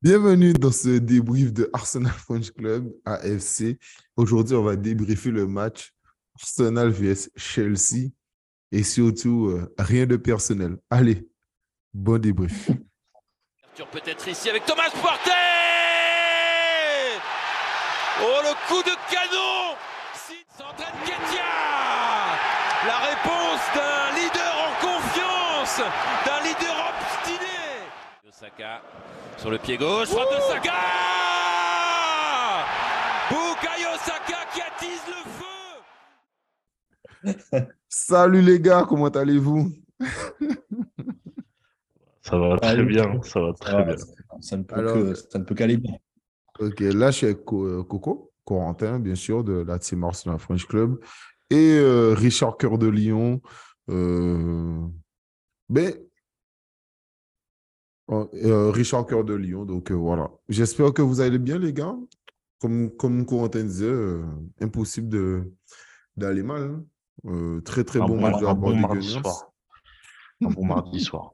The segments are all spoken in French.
Bienvenue dans ce débrief de Arsenal French Club AFC. Aujourd'hui, on va débriefer le match Arsenal vs Chelsea et surtout, rien de personnel. Allez, bon débrief. Peut-être ici avec Thomas Partey. Oh, le coup de canon. S'entraîne Ketia. La réponse d'un leader en confiance, d'un leader obstiné. Osaka sur le pied gauche, frappe de Saka. Bukayo Saka qui attise le feu. Salut les gars, comment allez-vous? Ça va très bien, ça va très bien. Ça ne peut Alors, ça ne peut qu'aller bien. ok, là, je suis avec Coco, Corentin, bien sûr, de la team Arsenal French Club, et Richard Cœur de Lion. Ben, Richard Cœur de Lion, donc voilà. J'espère que vous allez bien, les gars. Comme Corentin disait, impossible d'aller mal, hein. Très, très bon match de la Un part bon des mardi Gunners. soir. Un bon mardi soir.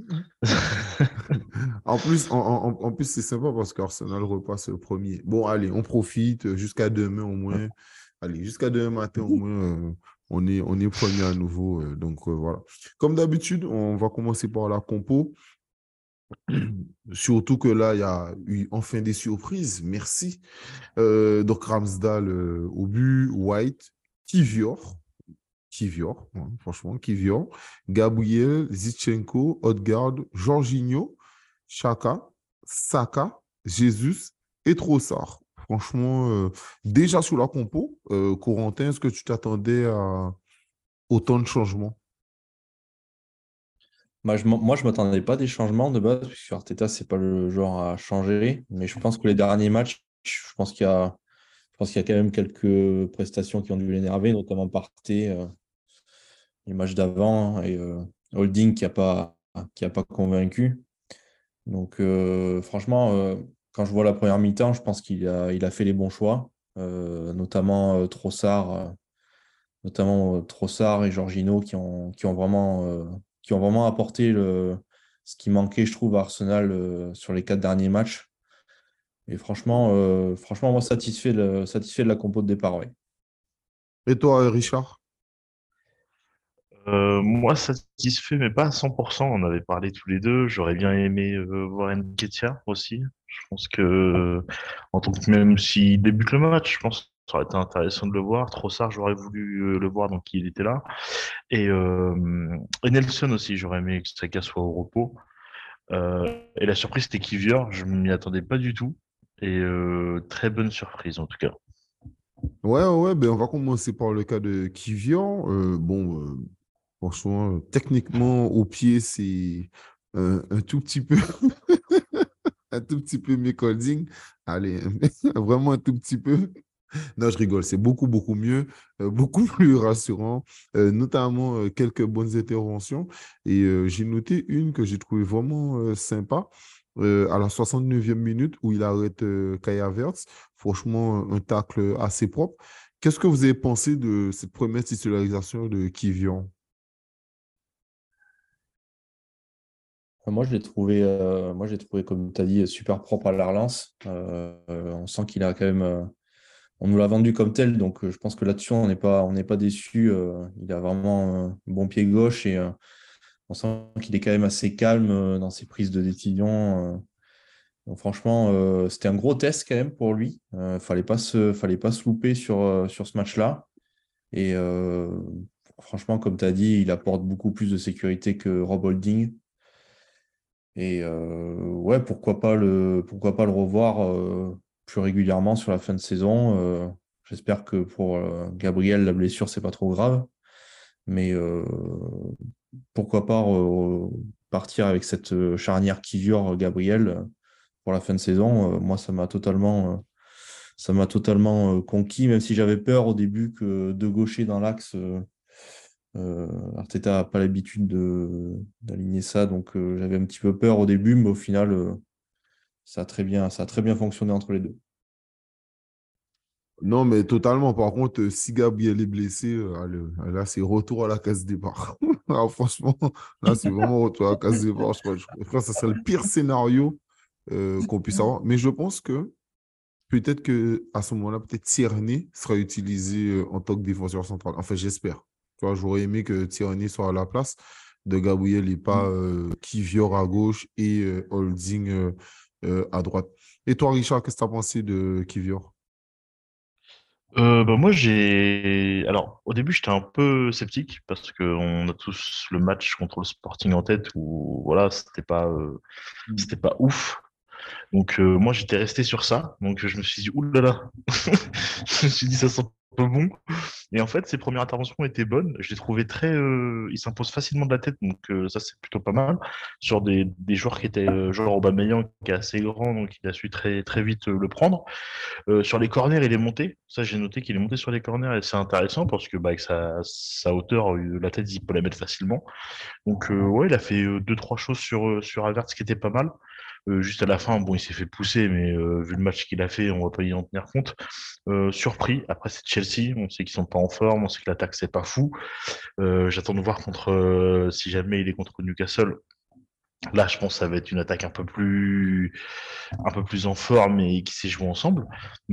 En plus, c'est sympa parce qu'Arsenal repasse le premier. Bon, allez, on profite jusqu'à demain au moins. Allez, jusqu'à demain matin au moins, on est premier à nouveau. Donc, voilà. Comme d'habitude, on va commencer par la compo. Surtout que là, il y a eu enfin des surprises. Merci. Donc, Ramsdale au but, White, Kivior, ouais, franchement, Kivior, Gabriel, Zichenko, Odegaard, Jorginho, Chaka, Saka, Jesus et Trossard. Franchement, déjà sur la compo, Corentin, est-ce que tu t'attendais à autant de changements? Moi, je ne m'attendais pas à des changements de base, puisque Arteta, ce n'est pas le genre à changer. Mais je pense que les derniers matchs, je pense qu'il y a quand même quelques prestations qui ont dû l'énerver, notamment Partey, les matchs d'avant, et Holding qui a pas convaincu. Donc, franchement, quand je vois la première mi-temps, je pense qu'il a fait les bons choix, notamment Trossard et Jorginho qui ont vraiment apporté ce qui manquait, je trouve, à Arsenal sur les 4 derniers matchs. Et franchement, moi, satisfait de la compo de départ, ouais. Et toi, Richard? Moi, satisfait, mais pas à 100%. On avait parlé tous les deux. J'aurais bien aimé voir Nketiah aussi. Je pense que, même s'il débute le match, je pense que ça aurait été intéressant de le voir. Trossard, j'aurais voulu le voir, donc il était là. Et Nelson aussi, j'aurais aimé que Saka soit au repos. Et la surprise, c'était Kivior. Je m'y attendais pas du tout. Et très bonne surprise, en tout cas. Ouais, ouais, ben on va commencer par le cas de Kivior. Franchement, techniquement, au pied, c'est un tout petit peu, un tout petit peu mécolding. Allez, vraiment un tout petit peu. Non, je rigole, c'est beaucoup, beaucoup mieux, beaucoup plus rassurant, notamment quelques bonnes interventions. Et j'ai noté une que j'ai trouvée vraiment sympa à la 69e minute où il arrête Kai Havertz. Franchement, un tacle assez propre. Qu'est-ce que vous avez pensé de cette première titularisation de Kivior? Moi, je l'ai trouvé, comme tu as dit, super propre à la relance. On sent qu'il a quand même. On nous l'a vendu comme tel, donc je pense que là-dessus, on n'est pas déçu. Il a vraiment un bon pied gauche et on sent qu'il est quand même assez calme dans ses prises de décision. Donc franchement, c'était un gros test quand même pour lui. Fallait pas se louper sur ce match-là. Et franchement, comme tu as dit, il apporte beaucoup plus de sécurité que Rob Holding. Et ouais, pourquoi pas le revoir plus régulièrement sur la fin de saison. J'espère que pour Gabriel, la blessure, c'est pas trop grave. Mais pourquoi pas partir avec cette charnière Kivior-Gabriel pour la fin de saison. Moi, ça m'a totalement conquis, même si j'avais peur au début que deux gauchers dans l'axe. Arteta n'a pas l'habitude d'aligner ça, donc j'avais un petit peu peur au début, mais au final, ça a très bien fonctionné entre les deux. Non, mais totalement. Par contre, si Gabriel est blessé, allez, là, c'est retour à la case départ. Ah, franchement, là, c'est vraiment retour à la case départ. Je crois que ça serait le pire scénario qu'on puisse avoir. Mais je pense que peut-être qu'à ce moment-là, peut-être Tierney sera utilisé en tant que défenseur central. Enfin, j'espère. Tu vois, j'aurais aimé que Tierney soit à la place de Gabriel et pas Kivior à gauche et Holding à droite. Et toi, Richard, qu'est-ce que tu as pensé de Kivior? Moi, Alors, au début, j'étais un peu sceptique parce qu'on a tous le match contre le Sporting en tête où, voilà, c'était pas ouf. Donc, moi, j'étais resté sur ça. Donc, je me suis dit, oulala, je me suis dit, ça sent pas bon. Et en fait, ses premières interventions étaient bonnes. Je les trouvais il s'impose facilement de la tête, donc ça, c'est plutôt pas mal. Sur des joueurs qui étaient, genre Aubameyang, qui est assez grand, donc il a su très, très vite le prendre. Sur les corners, il est monté. Ça, j'ai noté qu'il est monté sur les corners et c'est intéressant parce que, bah, avec sa hauteur, la tête, il peut la mettre facilement. Donc, ouais, il a fait deux, trois choses sur Havertz qui étaient pas mal. Juste à la fin, bon, il s'est fait pousser, mais vu le match qu'il a fait, on va pas y en tenir compte. Surpris. Après, c'est Chelsea. On sait qu'ils sont pas en forme. On sait que l'attaque, c'est pas fou. J'attends de voir si jamais il est contre Newcastle. Là, je pense que ça va être une attaque un peu plus en forme et qui s'est joué ensemble.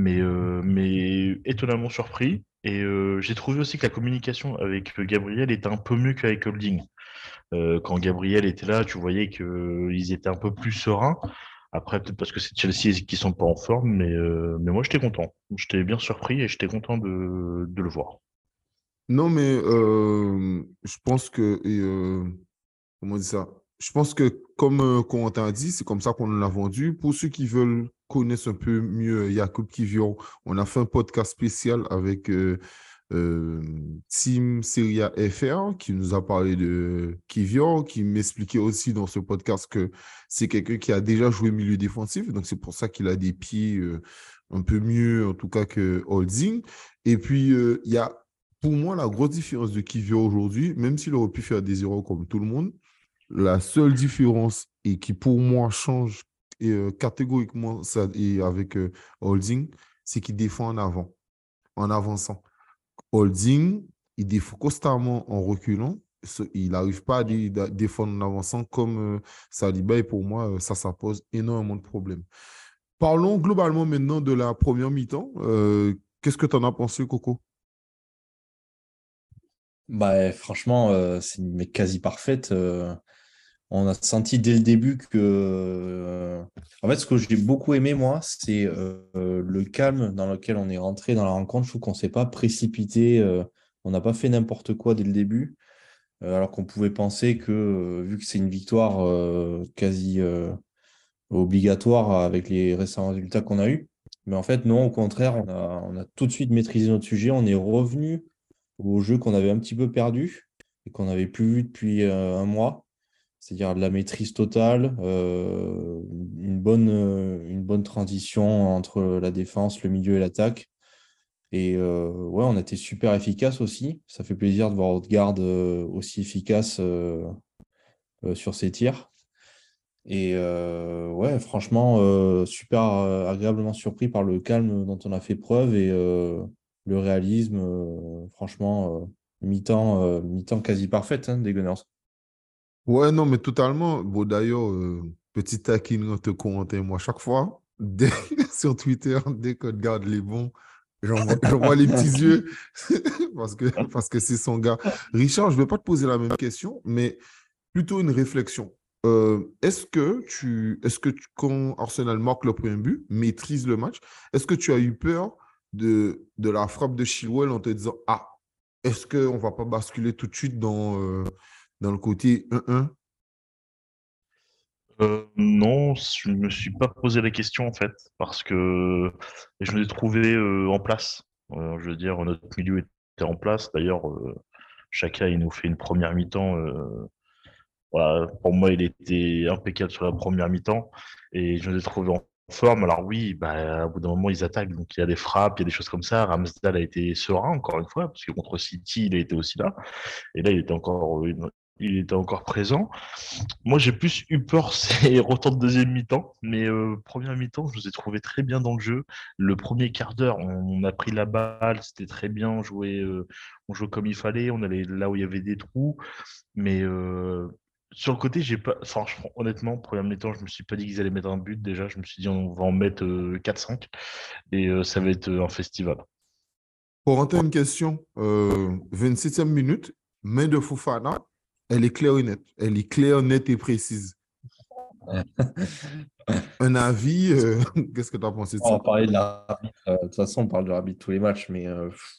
Mais étonnamment surpris. Et j'ai trouvé aussi que la communication avec Gabriel était un peu mieux qu'avec Holding. Quand Gabriel était là, tu voyais qu'ils étaient un peu plus sereins. Après, peut-être parce que c'est Chelsea qui sont pas en forme, mais moi, j'étais content. J'étais bien surpris et j'étais content de le voir. Non, mais je pense que, comment on dit ça? Je pense que, comme Corentin a dit, c'est comme ça qu'on l'a vendu. Pour ceux qui veulent connaître un peu mieux Jakub Kivior, on a fait un podcast spécial avec euh, Team Serie A FR qui nous a parlé de Kivior, qui m'expliquait aussi dans ce podcast que c'est quelqu'un qui a déjà joué milieu défensif. Donc, c'est pour ça qu'il a des pieds un peu mieux, en tout cas, que Holding. Et puis, il y a pour moi, la grosse différence de Kivior aujourd'hui, même s'il aurait pu faire des erreurs comme tout le monde, la seule différence et qui pour moi change catégoriquement ça, et avec Holding, c'est qu'il défend en avant, en avançant. Holding, il défend constamment en reculant. Il n'arrive pas à défendre en avançant comme Saliba. Et pour moi, ça pose énormément de problèmes. Parlons globalement maintenant de la première mi-temps. Qu'est-ce que tu en as pensé, Coco? Bah, franchement, c'est une mais quasi parfaite. On a senti dès le début que. En fait, ce que j'ai beaucoup aimé, moi, c'est le calme dans lequel on est rentré dans la rencontre. Je trouve qu'on ne s'est pas précipité. On n'a pas fait n'importe quoi dès le début. Alors qu'on pouvait penser que, vu que c'est une victoire quasi obligatoire avec les récents résultats qu'on a eus, mais en fait, non, au contraire, on a tout de suite maîtrisé notre sujet. On est revenu au jeu qu'on avait un petit peu perdu et qu'on n'avait plus vu depuis un mois, c'est-à-dire de la maîtrise totale, une bonne transition entre la défense, le milieu et l'attaque. Et ouais, on a été super efficace aussi. Ça fait plaisir de voir Odegaard aussi efficace sur ses tirs. Et ouais, franchement, super agréablement surpris par le calme dont on a fait preuve et le réalisme, franchement, mi-temps quasi parfaite des Gunners. Ouais, non, mais totalement. Bon, d'ailleurs, petit taquin entre Corentin et moi, chaque fois, sur Twitter, dès qu'on regarde les bons, j'envoie les petits yeux parce que c'est son gars. Richard, je ne vais pas te poser la même question, mais plutôt une réflexion. Quand Arsenal marque le premier but, maîtrise le match, est-ce que tu as eu peur de la frappe de Chilwell en te disant, ah, est-ce qu'on ne va pas basculer tout de suite dans le côté 1-1? Non, je me suis pas posé la question en fait, parce que je me suis trouvé en place. Je veux dire, notre milieu était en place. D'ailleurs, Chaka, il nous fait une première mi-temps. Voilà, pour moi, il était impeccable sur la première mi-temps et je me suis trouvé en forme. Alors oui, bah, au bout d'un moment, ils attaquent, donc il y a des frappes, il y a des choses comme ça. Ramsdale a été serein, encore une fois, parce que contre City, il a été aussi là. Et là, il était encore présent. Moi, j'ai plus eu peur, c'est retour de deuxième mi-temps, mais première mi-temps, je nous ai trouvé très bien dans le jeu. Le premier quart d'heure, on a pris la balle, c'était très bien, on jouait comme il fallait, on allait là où il y avait des trous, mais Sur le côté, j'ai pas. Franchement, honnêtement, première mi-temps, je me suis pas dit qu'ils allaient mettre un but déjà. Je me suis dit, on va en mettre 4-5 et ça va être un festival. Pour rentrer une question, 27e minute, main de Fofana, elle est claire et nette. Elle est claire, nette et précise. Un avis, qu'est-ce que tu as pensé de On ça? va parler de l'arbitre. De toute façon, on parle de l'arbitre tous les matchs, mais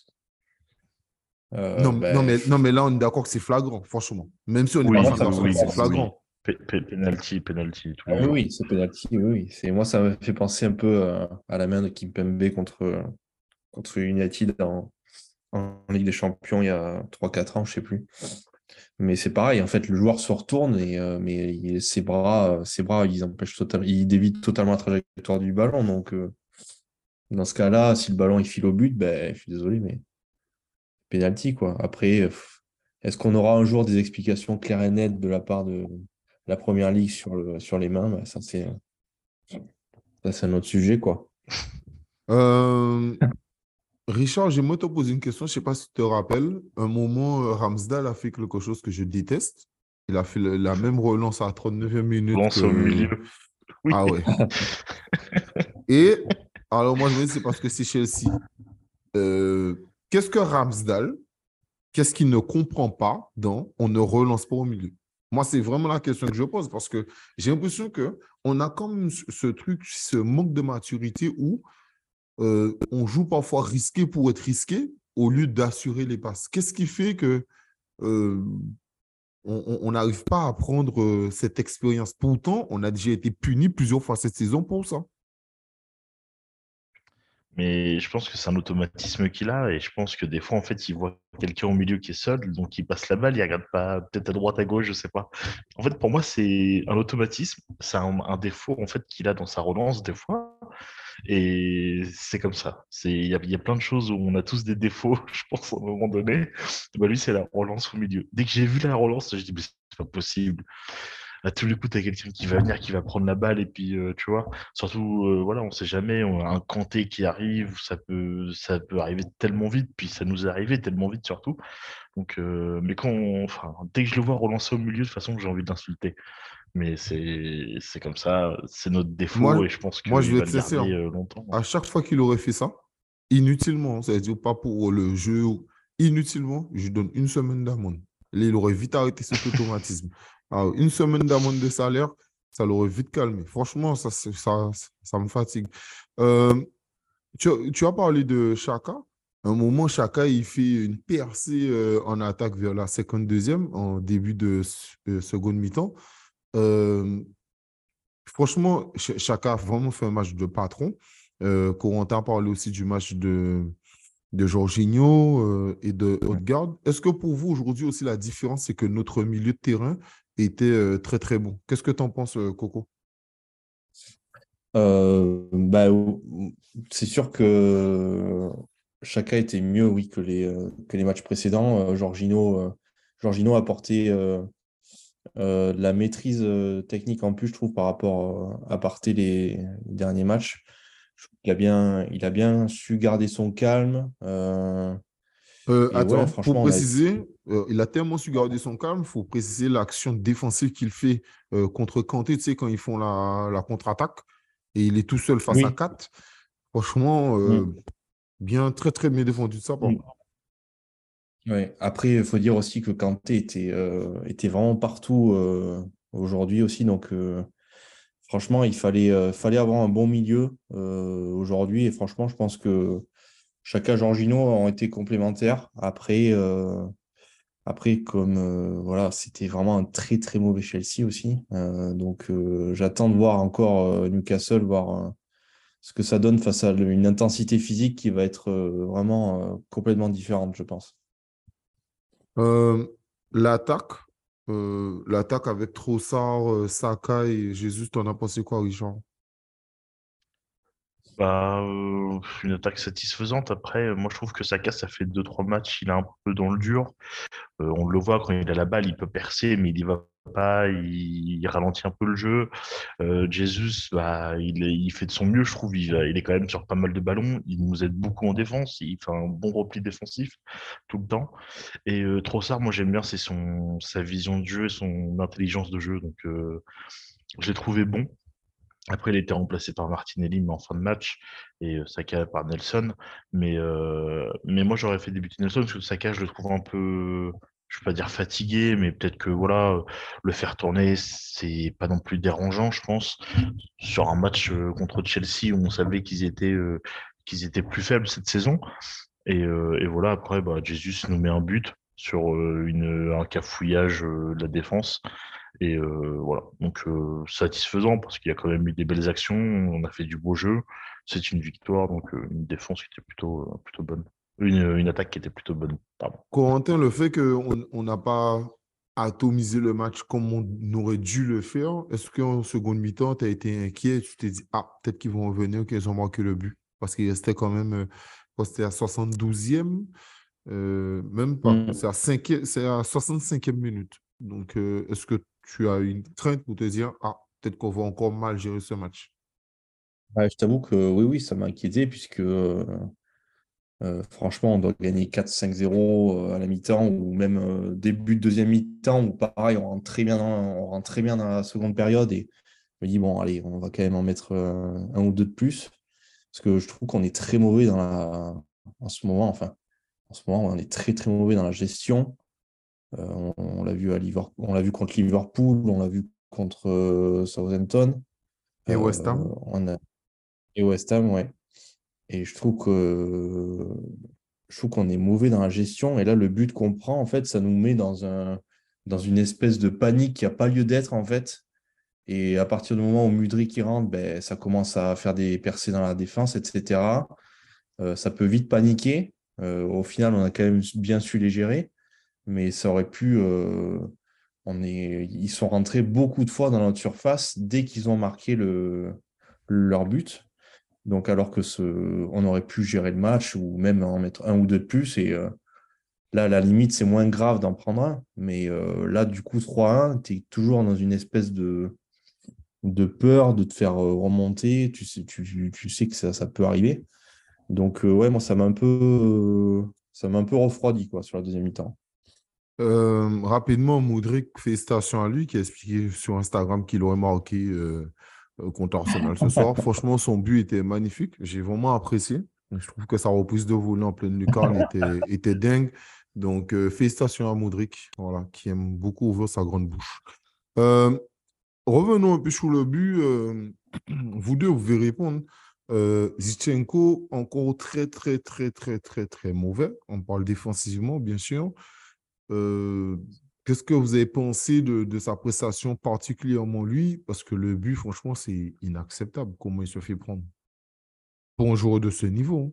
Non, mais là, on est d'accord que c'est flagrant, franchement. Même si on n'est Oui, pas moi, fan ça me d'Arsenal, oui, c'est fait penser. oui. flagrant. Penalty tous Ah les oui, jours. oui, c'est penalty, oui, oui. Moi, ça me fait penser un peu à la main de Kimpembe contre United en Ligue des Champions il y a 3 4 ans, je sais plus. Mais c'est pareil, en fait, le joueur se retourne mais ses bras, ils empêchent totalement, ils dévient totalement la trajectoire du ballon. Donc, dans ce cas-là, si le ballon il file au but, ben, je suis désolé, mais penalty, quoi. Après, est-ce qu'on aura un jour des explications claires et nettes de la part de la Première Ligue sur les mains? Ben, ça, c'est un autre sujet, quoi. Euh, Richard, j'aimerais te poser une question. Je ne sais pas si tu te rappelles. Un moment, Ramsdale a fait quelque chose que je déteste. Il a fait la même relance à 39e minute Lance au que... milieu. Oui. Ah ouais. Et alors, moi, je me dis, c'est parce que c'est Chelsea. Qu'est-ce que Ramsdale, qu'est-ce qu'il ne comprend pas dans on ne relance pas au milieu? Moi, c'est vraiment la question que je pose parce que j'ai l'impression qu'on a comme ce truc, ce manque de maturité où on joue parfois risqué pour être risqué au lieu d'assurer les passes. Qu'est-ce qui fait que euh, on n'arrive pas à prendre cette expérience? Pourtant, on a déjà été puni plusieurs fois cette saison pour ça. Mais je pense que c'est un automatisme qu'il a et je pense que des fois, en fait, il voit quelqu'un au milieu qui est seul, donc il passe la balle, il regarde pas peut-être à droite, à gauche, je sais pas. En fait, pour moi, c'est un automatisme, c'est un défaut en fait qu'il a dans sa relance des fois et c'est comme ça. Il y a plein de choses où on a tous des défauts, je pense, à un moment donné. Bah, lui, c'est la relance au milieu. Dès que j'ai vu la relance, je dis, mais c'est pas possible. À tous les coups, t'as quelqu'un qui va venir, qui va prendre la balle, et puis, tu vois, surtout, voilà, on sait jamais, on a un Kanté qui arrive, ça peut arriver tellement vite, puis ça nous est arrivé tellement vite surtout. Donc, mais enfin, dès que je le vois relancer au milieu, de toute façon, j'ai envie de l'insulter. Mais c'est comme ça, c'est notre défaut, Moi, et je pense moi, je qu'il vais va être le sincère. garder longtemps. À chaque fois qu'il aurait fait ça, inutilement, c'est-à-dire pas pour le jeu, inutilement, je lui donne une semaine d'amende. Là, il aurait vite arrêté cet automatisme. Alors, une semaine d'amende de salaire, ça l'aurait vite calmé. Franchement, ça me fatigue. Euh, tu as parlé de Chaka. À un moment, Chaka, il fait une percée en attaque vers la 52e, en début de seconde mi-temps. Euh, Franchement, Chaka a vraiment fait un match de patron. Corentin parlait aussi du match de Jorginho et de Odegaard. Est-ce que pour vous, aujourd'hui aussi, la différence, c'est que notre milieu de terrain était très, très bon? Qu'est-ce que tu en penses, Coco? Bah, c'est sûr que Chaka était mieux, oui, que les matchs précédents. Jorginho a apporté de la maîtrise technique en plus, je trouve, par rapport à Partey les derniers matchs. Je trouve qu'il a bien su garder son calme. Et ouais, Attends, pour franchement, on a été. préciser, il a tellement su garder son calme, il faut préciser l'action défensive qu'il fait contre Kanté, tu sais, quand ils font la contre-attaque et il est tout seul face à Oui. 4. Franchement, Mm. bien, très, très bien défendu de sa part. Mm. Ouais. Après, il faut dire aussi que Kanté était vraiment partout aujourd'hui aussi. Donc, franchement, il fallait avoir un bon milieu aujourd'hui. Et franchement, je pense que chacun Jorginho ont été complémentaires. Après, comme voilà, c'était vraiment un très très mauvais Chelsea aussi. Donc, j'attends de voir encore Newcastle, voir ce que ça donne face à une intensité physique qui va être vraiment complètement différente, je pense. Euh, l'attaque, l'attaque avec Trossard, Saka et Jesus, t'en as pensé quoi, Richard? Bah, une attaque satisfaisante. Après, moi, je trouve que Saka, ça fait deux trois matchs, il est un peu dans le dur. On le voit quand il a la balle, il peut percer, mais il y va pas, il ralentit un peu le jeu. Jesus, bah, il fait de son mieux, je trouve. Il est quand même sur pas mal de ballons. Il nous aide beaucoup en défense. Il fait un bon repli défensif tout le temps. Et Trossard, moi j'aime bien, c'est sa vision de jeu et son intelligence de jeu. Donc je l'ai trouvé bon. Après, il a été remplacé par Martinelli, mais en fin de match, et Saka par Nelson. Mais moi, j'aurais fait débuter Nelson parce que Saka, je le trouve un peu, je ne vais pas dire fatigué, mais peut-être que voilà, le faire tourner, c'est pas non plus dérangeant, je pense. Sur un match contre Chelsea où on savait qu'ils étaient plus faibles cette saison. Et voilà, après, bah, Jesus nous met un but sur un cafouillage de la défense. Et voilà, donc satisfaisant parce qu'il y a quand même eu des belles actions, on a fait du beau jeu, c'est une victoire, donc une défense qui était plutôt bonne. Une attaque qui était plutôt bonne, pardon. Corentin, le fait qu'on n'a pas atomisé le match comme on aurait dû le faire, est-ce qu'en seconde mi-temps, tu as été inquiet? Tu t'es dit, ah, peut-être qu'ils vont revenir, qu'ils ont marqué le but. Parce qu'il restait quand même, je crois que c'était à 72e, même pas. Mm. C'est à 65e minute. Donc, est-ce que tu as une crainte pour te dire, ah, peut-être qu'on va encore mal gérer ce match? Ouais, je t'avoue que oui, ça m'a inquiété puisque franchement, on doit gagner 4-5-0 à la mi-temps ou même début de deuxième mi-temps où pareil, on rentre très bien dans la seconde période et je me dis, bon, allez, on va quand même en mettre un ou deux de plus parce que je trouve qu'on est très mauvais en ce moment. Enfin, en ce moment, on est très très mauvais dans la gestion. On l'a vu à Liverpool, on l'a vu contre Liverpool, on l'a vu contre Southampton Et West Ham? et West Ham, ouais. Et je trouve qu'on est mauvais dans la gestion. Et là, le but qu'on prend, en fait, ça nous met dans une espèce de panique qui n'a pas lieu d'être, en fait. Et à partir du moment où Mudryk qui rentre, ben, ça commence à faire des percées dans la défense, etc. Ça peut vite paniquer. Au final, on a quand même bien su les gérer. Mais ça aurait pu. Ils sont rentrés beaucoup de fois dans notre surface dès qu'ils ont marqué leur but. Donc, alors que on aurait pu gérer le match ou même en mettre un ou deux de plus. Et là, à la limite, c'est moins grave d'en prendre un. Mais là, du coup, 3-1, tu es toujours dans une espèce de peur de te faire remonter. Tu sais que ça peut arriver. Donc, ouais, moi, ça m'a un peu refroidi quoi, sur la deuxième mi-temps. Rapidement, Moudryk, félicitations à lui qui a expliqué sur Instagram qu'il aurait marqué contre Arsenal ce soir. Franchement, son but était magnifique. J'ai vraiment apprécié. Je trouve que sa reprise de volée en pleine lucarne était dingue. Donc, félicitations à Moudryk, voilà, qui aime beaucoup ouvrir sa grande bouche. Euh, Revenons un peu sur le but. Vous deux, vous pouvez répondre. Zinchenko, encore très, très, très, très, très, très mauvais. On parle défensivement, bien sûr. Euh, Qu'est-ce que vous avez pensé de sa prestation, particulièrement lui? Parce que le but, franchement, c'est inacceptable. Comment il se fait prendre pour un joueur de ce niveau?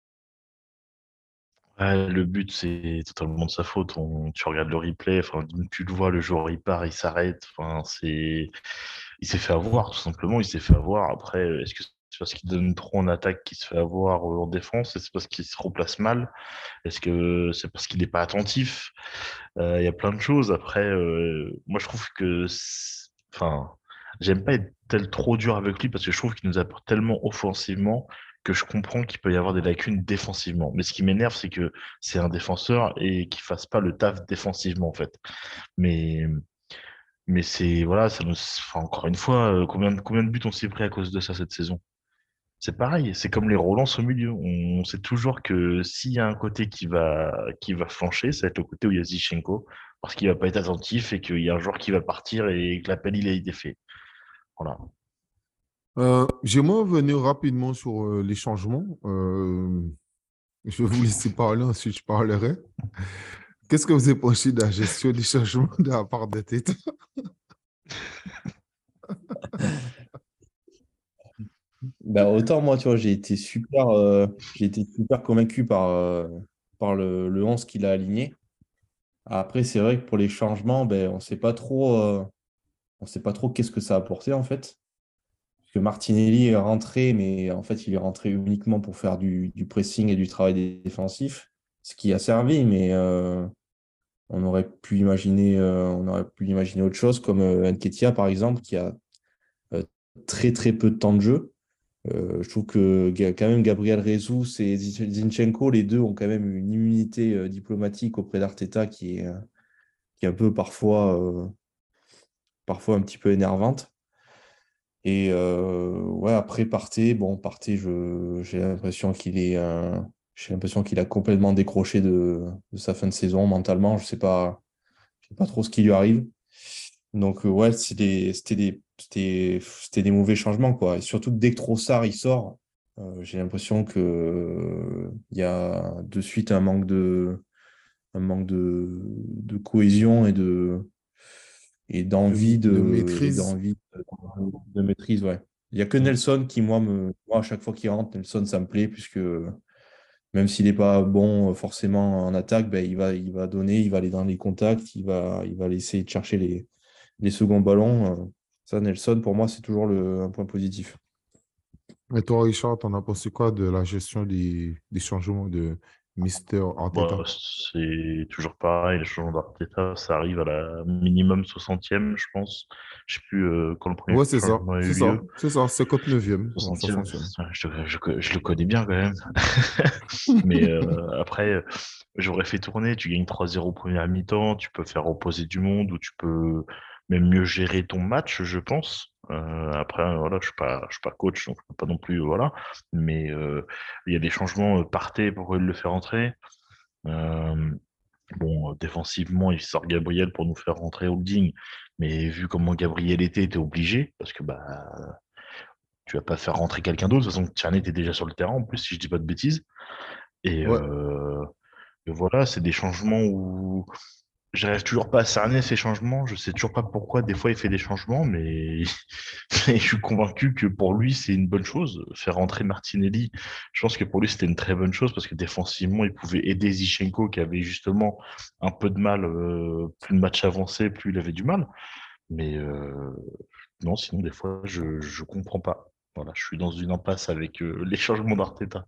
Ouais, le but, c'est totalement de sa faute. Tu regardes le replay, enfin, tu le vois, le joueur il part, il s'arrête. Enfin, il s'est fait avoir, tout simplement. Il s'est fait avoir. Après, est-ce que c'est parce qu'il donne trop en attaque qu'il se fait avoir en défense? Est-ce parce qu'il se replace mal? Est-ce que c'est parce qu'il n'est pas attentif? Il y a plein de choses. Après, moi, je trouve enfin, j'aime pas être trop dur avec lui parce que je trouve qu'il nous apporte tellement offensivement que je comprends qu'il peut y avoir des lacunes défensivement. Mais ce qui m'énerve, c'est que c'est un défenseur et qu'il fasse pas le taf défensivement, en fait. Mais, mais c'est, voilà, enfin, encore une fois, combien de buts on s'est pris à cause de ça cette saison? C'est pareil, c'est comme les relances au milieu. On sait toujours que s'il y a un côté qui va flancher, ça va être le côté où il y a Zichenko, parce qu'il va pas être attentif et qu'il y a un joueur qui va partir et que l'appel il a été fait. Voilà. J'aimerais revenir rapidement sur les changements. Je vais vous laisser parler, ensuite je parlerai. Qu'est-ce que vous avez pensé de la gestion des changements de la part de Teta? Bah, autant moi, tu vois, j'ai été super convaincu par le 11 qu'il a aligné. Après, c'est vrai que pour les changements, ben, on sait pas trop qu'est-ce que ça a apporté en fait. Parce que Martinelli est rentré, mais en fait, il est rentré uniquement pour faire du pressing et du travail défensif, ce qui a servi, on aurait pu imaginer autre chose, comme Nketiah, par exemple, qui a euh, très très peu de temps de jeu. Je trouve que quand même Gabriel Jesus et Zinchenko, les deux ont quand même une immunité diplomatique auprès d'Arteta qui est un peu parfois un petit peu énervante. Et ouais, après Partey, j'ai l'impression qu'il a complètement décroché de sa fin de saison mentalement. Je sais pas trop ce qui lui arrive. Donc ouais, c'était des mauvais changements, quoi. Et surtout que dès que Trossard il sort, j'ai l'impression que il y a de suite un manque de cohésion et De maîtrise. de maîtrise, ouais. Il n'y a que Mm. Nelson qui, moi, à chaque fois qu'il rentre, Nelson, ça me plaît, puisque même s'il n'est pas bon forcément en attaque, ben, il va donner, il va aller dans les contacts, il va aller essayer de chercher les seconds ballons. Ça, Nelson, pour moi, c'est toujours un point positif. Et toi, Richard, t'en as pensé quoi de la gestion des changements de Mister Bah, Arteta? c'est toujours pareil, les changements d'Arteta, ça arrive à la minimum 60e, je pense. Je sais plus quand le premier Ouais, c'est ça, changement a eu c'est ça, lieu. c'est ça, 59e, bon, 60e, 60e. je le connais bien quand même. Mais après, j'aurais fait tourner, tu gagnes 3-0 première mi-temps, tu peux faire reposer du monde ou tu peux même mieux gérer ton match, je pense. Après, voilà, je suis pas coach, donc je peux pas non plus, voilà. Mais il y a des changements, Partey, pourquoi il le fait rentrer? Euh, bon, défensivement, il sort Gabriel pour nous faire rentrer Holding, mais vu comment Gabriel était, t'es obligé, parce que bah tu vas pas faire rentrer quelqu'un d'autre. De toute façon, Tierney était déjà sur le terrain, en plus, si je dis pas de bêtises. Et, Ouais, voilà, c'est des changements où j'arrive toujours pas à cerner ces changements. Je sais toujours pas pourquoi, des fois, il fait des changements, mais, mais je suis convaincu que pour lui, c'est une bonne chose. Faire rentrer Martinelli, je pense que pour lui, c'était une très bonne chose parce que défensivement, il pouvait aider Zichenko qui avait justement un peu de mal. Plus le match avançait, plus il avait du mal. Mais non, sinon, des fois, je comprends pas. Voilà, je suis dans une impasse avec les changements d'Arteta.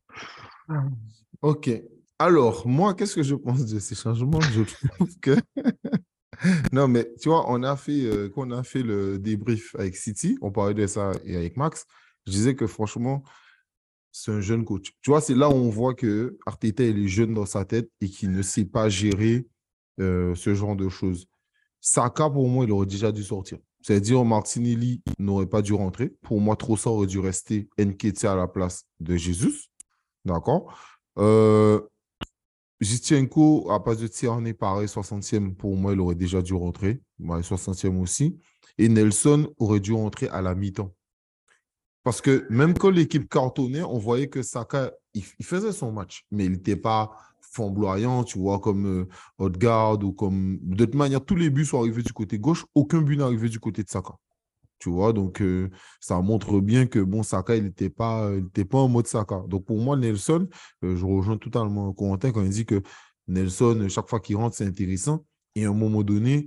ok. Alors, moi, qu'est-ce que je pense de ces changements? Je trouve que... Non, mais tu vois, quand on a fait le débrief avec City, on parlait de ça et avec Max, je disais que franchement, c'est un jeune coach. Tu vois, c'est là où on voit que Arteta, il est jeune dans sa tête et qu'il ne sait pas gérer ce genre de choses. Saka, pour moi, il aurait déjà dû sortir. C'est-à-dire, Martinelli n'aurait pas dû rentrer. Pour moi, Trossard aurait dû rester Nketiah à la place de Jesus. D'accord? Zinchenko, à pas de Tierney, pareil, 60e, pour moi, il aurait déjà dû rentrer. Ouais, 60e aussi. Et Nelson aurait dû rentrer à la mi-temps. Parce que même quand l'équipe cartonnait, on voyait que Saka, il faisait son match, mais il n'était pas flamboyant, tu vois, comme Odegaard ou comme... De toute manière, tous les buts sont arrivés du côté gauche, aucun but n'est arrivé du côté de Saka. Tu vois, donc ça montre bien que bon, Saka, il était pas en mode Saka. Donc pour moi, Nelson, je rejoins totalement Corentin quand il dit que Nelson, chaque fois qu'il rentre, c'est intéressant. Et à un moment donné,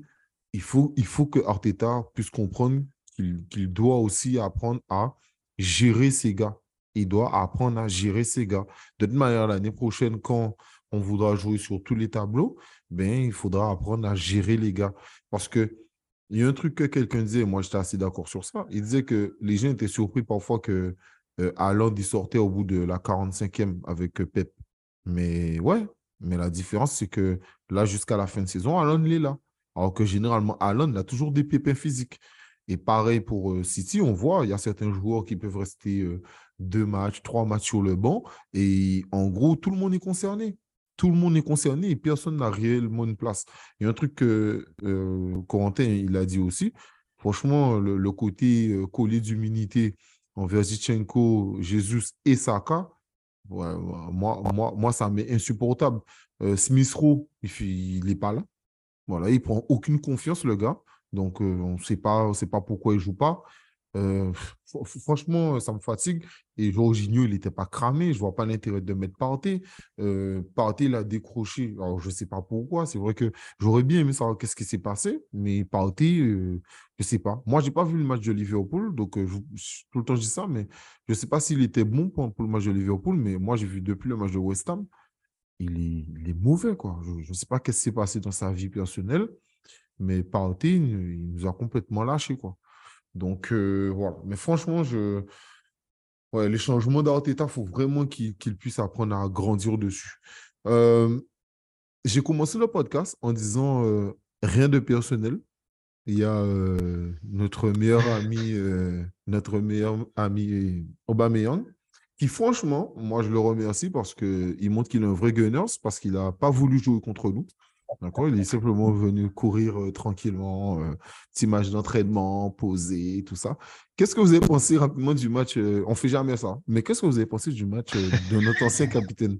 il faut que Arteta puisse comprendre qu'il doit aussi apprendre à gérer ses gars. Il doit apprendre à gérer ses gars. De toute manière, l'année prochaine, quand on voudra jouer sur tous les tableaux, ben, il faudra apprendre à gérer les gars. Parce que il y a un truc que quelqu'un disait, et moi j'étais assez d'accord sur ça. Il disait que les gens étaient surpris parfois que Haaland il sortait au bout de la 45e avec Pep. Mais ouais, mais la différence, c'est que là, jusqu'à la fin de saison, Haaland il est là. Alors que généralement, Haaland il a toujours des pépins physiques. Et pareil pour City, on voit, il y a certains joueurs qui peuvent rester 2 matchs, 3 matchs sur le banc. Et en gros, tout le monde est concerné. Tout le monde est concerné et personne n'a réellement une place. Il y a un truc que Corentin il a dit aussi. Franchement, le côté collier d'humilité envers Zichenko, Jesus et Saka, ouais, ouais, moi, ça m'est insupportable. Smith Rowe, il n'est pas là. Voilà, il prend aucune confiance, le gars. Donc, on sait pas pourquoi il joue pas. Euh, Franchement, ça me fatigue. Et Jorginho, il n'était pas cramé. Je vois pas l'intérêt de mettre Partey. Partey, il a décroché. Alors, je sais pas pourquoi. C'est vrai que j'aurais bien aimé savoir qu'est-ce qui s'est passé. Mais Partey, je sais pas. Moi, j'ai pas vu le match de Liverpool. Donc, tout le temps, je dis ça. Mais je sais pas s'il était bon pour le match de Liverpool. Mais moi, j'ai vu depuis le match de West Ham. il est mauvais, quoi. Je ne sais pas qu'est-ce qui s'est passé dans sa vie personnelle, mais Partey, il nous a complètement lâchés, quoi. Donc, voilà. Mais franchement, ouais, les changements d'Arteta, il faut vraiment qu'il puisse apprendre à grandir dessus. Euh, j'ai commencé le podcast en disant rien de personnel. Il y a notre meilleur ami Aubameyang, qui franchement, moi je le remercie parce qu'il montre qu'il est un vrai gunner, parce qu'il n'a pas voulu jouer contre nous. D'accord? Il est simplement venu courir tranquillement, petit match d'entraînement, poser, tout ça. Qu'est-ce que vous avez pensé rapidement du match on ne fait jamais ça, mais qu'est-ce que vous avez pensé du match de notre ancien capitaine?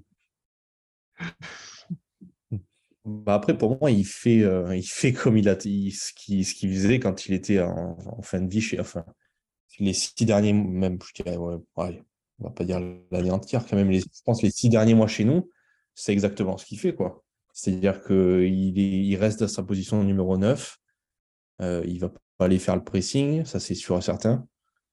Bah après, pour moi, il fait comme ce qu'il faisait quand il était en fin de vie, enfin, les 6 derniers, même, je dirais, ouais, on va pas dire l'année entière, quand même, je pense les 6 derniers mois chez nous, c'est exactement ce qu'il fait, quoi. C'est-à-dire qu'il reste à sa position numéro 9, il va pas aller faire le pressing, ça c'est sûr et certain.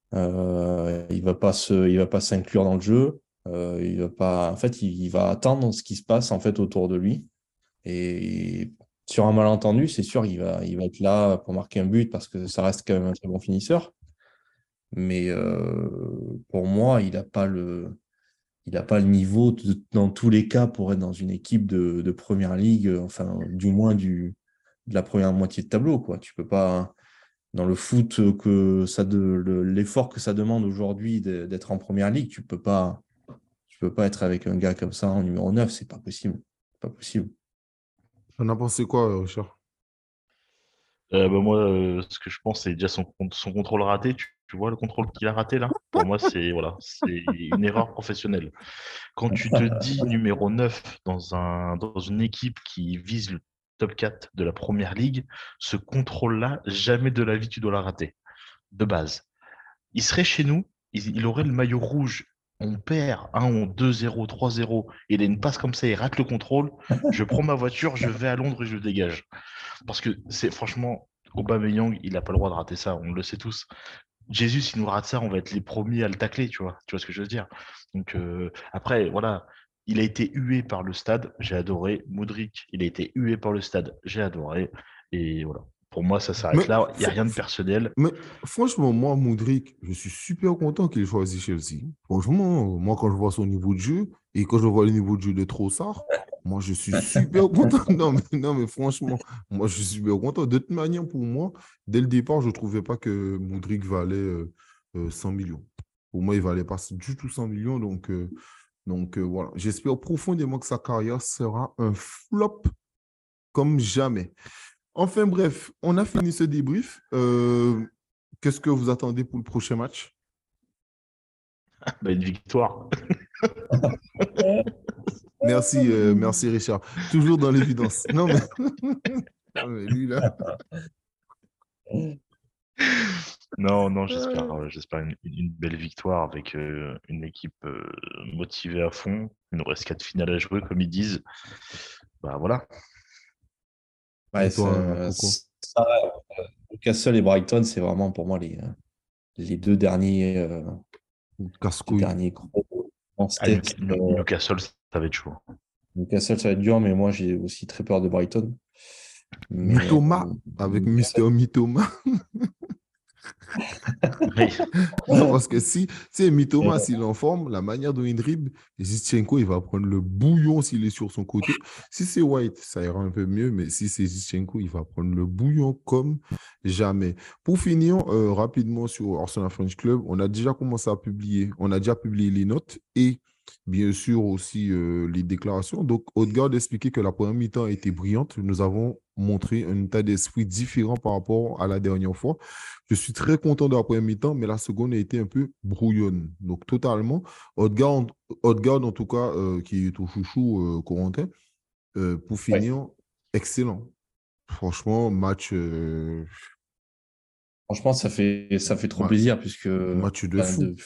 Il va pas s'inclure dans le jeu. Il va pas, en fait, il va attendre ce qui se passe en fait autour de lui. Et sur un malentendu, c'est sûr, il va être là pour marquer un but parce que ça reste quand même un très bon finisseur. Mais pour moi, il a pas le niveau dans tous les cas pour être dans une équipe de première ligue, enfin, du moins de la première moitié de tableau, quoi. Tu peux pas, dans le foot, l'effort que ça demande aujourd'hui d'être en première ligue, tu peux pas être avec un gars comme ça en numéro 9, c'est pas possible. C'est pas possible. On a pensé quoi, Richard? Moi, ce que je pense, c'est déjà son contrôle raté. Tu vois le contrôle qu'il a raté là? Pour moi, c'est voilà, c'est une erreur professionnelle. Quand tu te dis numéro 9 dans une équipe qui vise le top 4 de la première ligue, ce contrôle-là, jamais de la vie tu dois la rater, de base. Il serait chez nous, il aurait le maillot rouge. On perd 1 ou 2-0, 3-0. Il a une passe comme ça, il rate le contrôle. Je prends ma voiture, je vais à Londres et je dégage. Parce que c'est franchement, Aubameyang, il n'a pas le droit de rater ça, on le sait tous. Jésus, s'il nous rate ça, on va être les premiers à le tacler, tu vois. Tu vois ce que je veux dire? Donc après, voilà, il a été hué par le stade, j'ai adoré. Modric, il a été hué par le stade, j'ai adoré. Et voilà. Pour moi, ça Mais s'arrête là. Il n'y a rien de personnel. Mais franchement, moi, Modric, je suis super content qu'il choisisse Chelsea. Franchement, moi, quand je vois son niveau de jeu et quand je vois le niveau de jeu de Trossard, moi, je suis super content. Non, mais franchement, moi, je suis super content. De toute manière, pour moi, dès le départ, je ne trouvais pas que Modric valait 100 millions. Pour moi, il ne valait pas du tout 100 millions. Donc voilà. J'espère profondément que sa carrière sera un flop comme jamais. Enfin bref, on a fini ce débrief. Qu'est-ce que vous attendez pour le prochain match? Bah, une victoire. Merci Richard. Toujours dans l'évidence. Non mais, non, mais lui là. Non, j'espère une belle victoire avec une équipe motivée à fond. Il nous reste 4 finales à jouer, comme ils disent. Bah voilà. Ouais, Et toi, Coco? ça, Newcastle et Brighton, c'est vraiment pour moi les deux Casse-couille. gros À tests. Newcastle, ça va être chaud. Newcastle, ça va être dur, mais moi, j'ai aussi très peur de Brighton. Mais Mitoma avec Mister Mitoma. Oui. Non, parce que si, tu sais, Mitoma, s'il est en forme, la manière dont il dribble, Zinchenko, il va prendre le bouillon s'il est sur son côté. Si c'est White, ça ira un peu mieux, mais si c'est Zinchenko, il va prendre le bouillon comme jamais. Pour finir, rapidement sur Arsenal French Club, on a déjà commencé à publier, on a déjà publié les notes et bien sûr aussi les déclarations. Donc, Odegaard expliquait que la première mi-temps a été brillante. Nous avons montré un état d'esprit différent par rapport à la dernière fois. Je suis très content de la première mi-temps, mais la seconde a été un peu brouillonne. Donc, totalement. Odegaard en tout cas, qui est au chouchou Corentin, pour ouais. finir, excellent. Franchement, match, Franchement, ça fait trop ma- plaisir, puisque match de enfin, fou.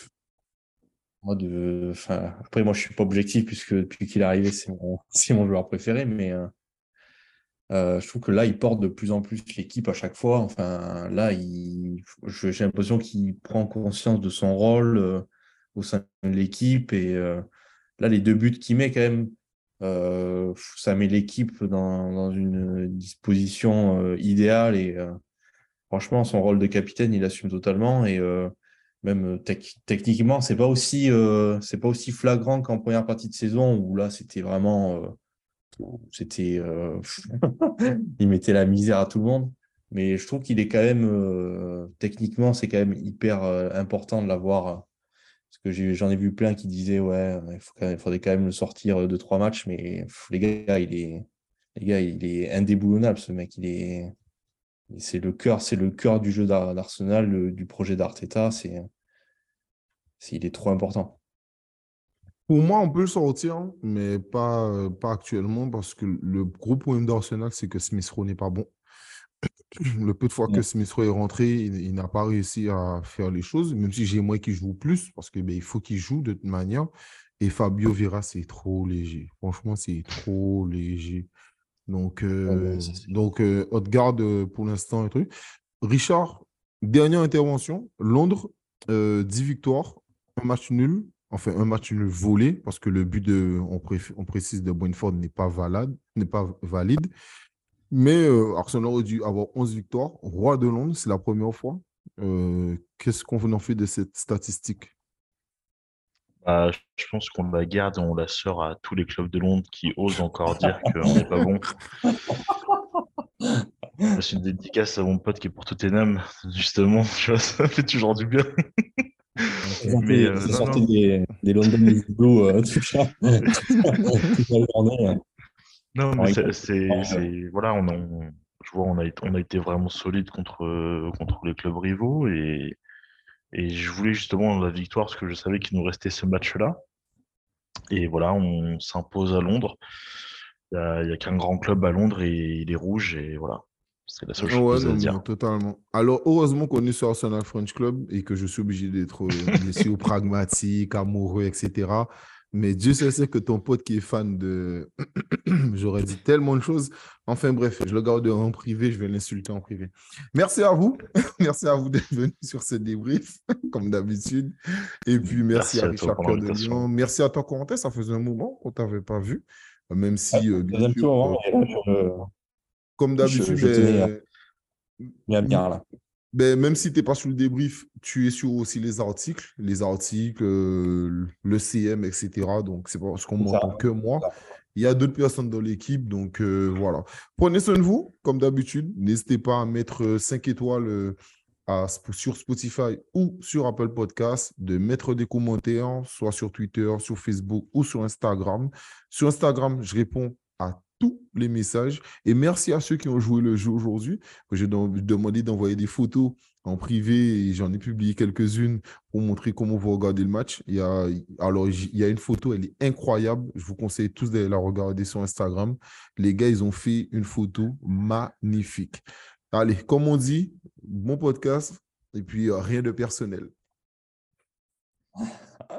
après, moi, je suis pas objectif, puisque depuis qu'il est arrivé, c'est mon joueur préféré, mais je trouve que là, il porte de plus en plus l'équipe à chaque fois. Enfin, là, j'ai l'impression qu'il prend conscience de son rôle au sein de l'équipe. Et là, les 2 buts qu'il met, quand même, Ça met l'équipe dans une disposition idéale et franchement, son rôle de capitaine, il assume totalement et même techniquement, c'est pas aussi flagrant qu'en première partie de saison où là, c'était vraiment, c'était, il mettait la misère à tout le monde. Mais je trouve qu'il est quand même, techniquement, c'est quand même hyper important de l'avoir. Parce que j'en ai vu plein qui disaient, ouais, il faudrait quand même le sortir 2-3 matchs, mais les gars, il est indéboulonnable, ce mec. C'est le cœur du jeu d'Arsenal, du projet d'Arteta. Il est trop important. Pour moi, on peut le sortir, mais pas actuellement, parce que le gros problème d'Arsenal, c'est que Smith Rowe n'est pas bon. Le peu de fois que Ouais. Smith Rowe est rentré, il n'a pas réussi à faire les choses, même si j'aimerais qu'il joue plus, parce que, il faut qu'il joue de toute manière. Et Fabio Vieira, c'est trop léger. Franchement, c'est trop léger. Donc, Odegaard, pour l'instant, un truc. Richard, dernière intervention. Londres, 10 victoires, un match nul. Enfin, un match nul volé, parce que le but on précise, de Brentford n'est pas valide. Mais Arsenal aurait dû avoir 11 victoires. Roi de Londres, c'est la première fois. Qu'est-ce qu'on en fait de cette statistique? Bah, je pense qu'on la garde et on la sort à tous les clubs de Londres qui osent encore dire qu'on n'est pas bon. C'est une dédicace à mon pote qui est pour Tottenham, justement, tu vois, ça fait toujours du bien. Mais Ça non, sortait non. des London Blues toute la journée. Non, mais Ouais, voilà, je vois, on a été vraiment solide contre les clubs rivaux et je voulais justement la victoire parce que je savais qu'il nous restait ce match-là. Et voilà, on s'impose à Londres. Il y a qu'un grand club à Londres et il est rouge et voilà, c'est la seule Ouais, chose non, à mais dire. totalement. Alors, heureusement qu'on est sur Arsenal French Club et que je suis obligé d'être, bien sûr, pragmatique, amoureux, etc. Mais Dieu sait que ton pote qui est fan de... J'aurais dit tellement de choses. Enfin, bref, je le garde en privé, je vais l'insulter en privé. Merci à vous. Merci à vous d'être venu sur ce débrief, comme d'habitude. Et puis, merci Merci à à toi Richard pour Cœur de l'invitation. Lion. Merci à toi, Corentin. Ça faisait un moment qu'on ne t'avait pas vu. Même ouais, si, bien ça faisait un petit sûr, moment, et là, comme d'habitude, je tenais bien m- bien là. même si tu n'es pas sur le débrief, tu es sur aussi les articles, le CM, etc. Donc, c'est parce qu'on C'est ça. m'entend que moi. Il y a d'autres personnes dans l'équipe, donc voilà. Prenez soin de vous, comme d'habitude. N'hésitez pas à mettre 5 étoiles sur Spotify ou sur Apple Podcasts, de mettre des commentaires, soit sur Twitter, sur Facebook ou sur Instagram. Sur Instagram, je réponds à tous les messages. Et merci à ceux qui ont joué le jeu aujourd'hui. J'ai demandé d'envoyer des photos en privé et j'en ai publié quelques-unes pour montrer comment vous regardez le match. Il y a une photo, elle est incroyable. Je vous conseille tous d'aller la regarder sur Instagram. Les gars, ils ont fait une photo magnifique. Allez, comme on dit, bon podcast et puis rien de personnel.